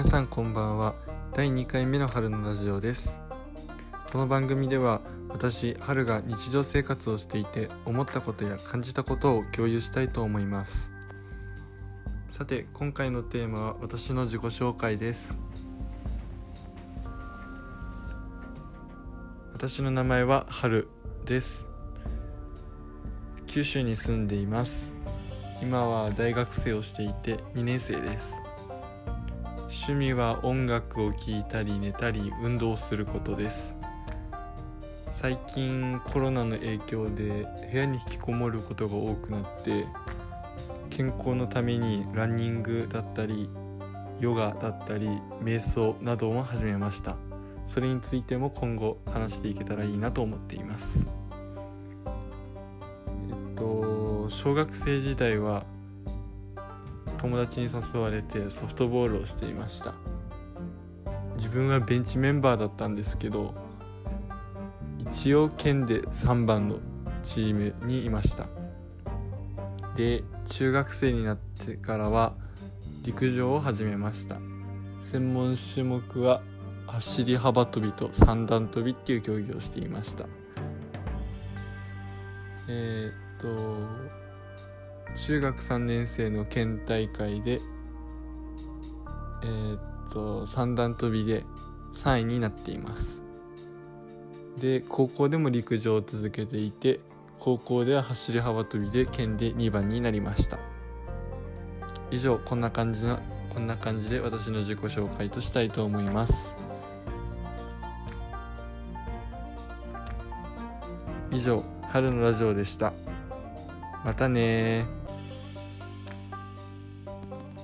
さんこんばんは。第2回目の春のラジオです。この番組では私春が日常生活をしていて思ったことや感じたことを共有したいと思います。さて今回のテーマは私の自己紹介です。私の名前は春です。九州に住んでいます。今は大学生をしていて2年生です。趣味は音楽を聴いたり寝たり運動することです。最近コロナの影響で部屋に引きこもることが多くなって健康のためにランニングだったりヨガだったり瞑想なども始めました。それについても今後話していけたらいいなと思っています。小学生時代は友達に誘われてソフトボールをしていました。自分はベンチメンバーだったんですけど、一応県で3番のチームにいました。で、中学生になってからは陸上を始めました。専門種目は走り幅跳びと三段跳びっていう競技をしていました。中学3年生の県大会で三段跳びで3位になっています。で、高校でも陸上を続けていて、高校では走り幅跳びで県で2番になりました。以上、こんな感じで私の自己紹介としたいと思います。以上、春のラジオでした。またね。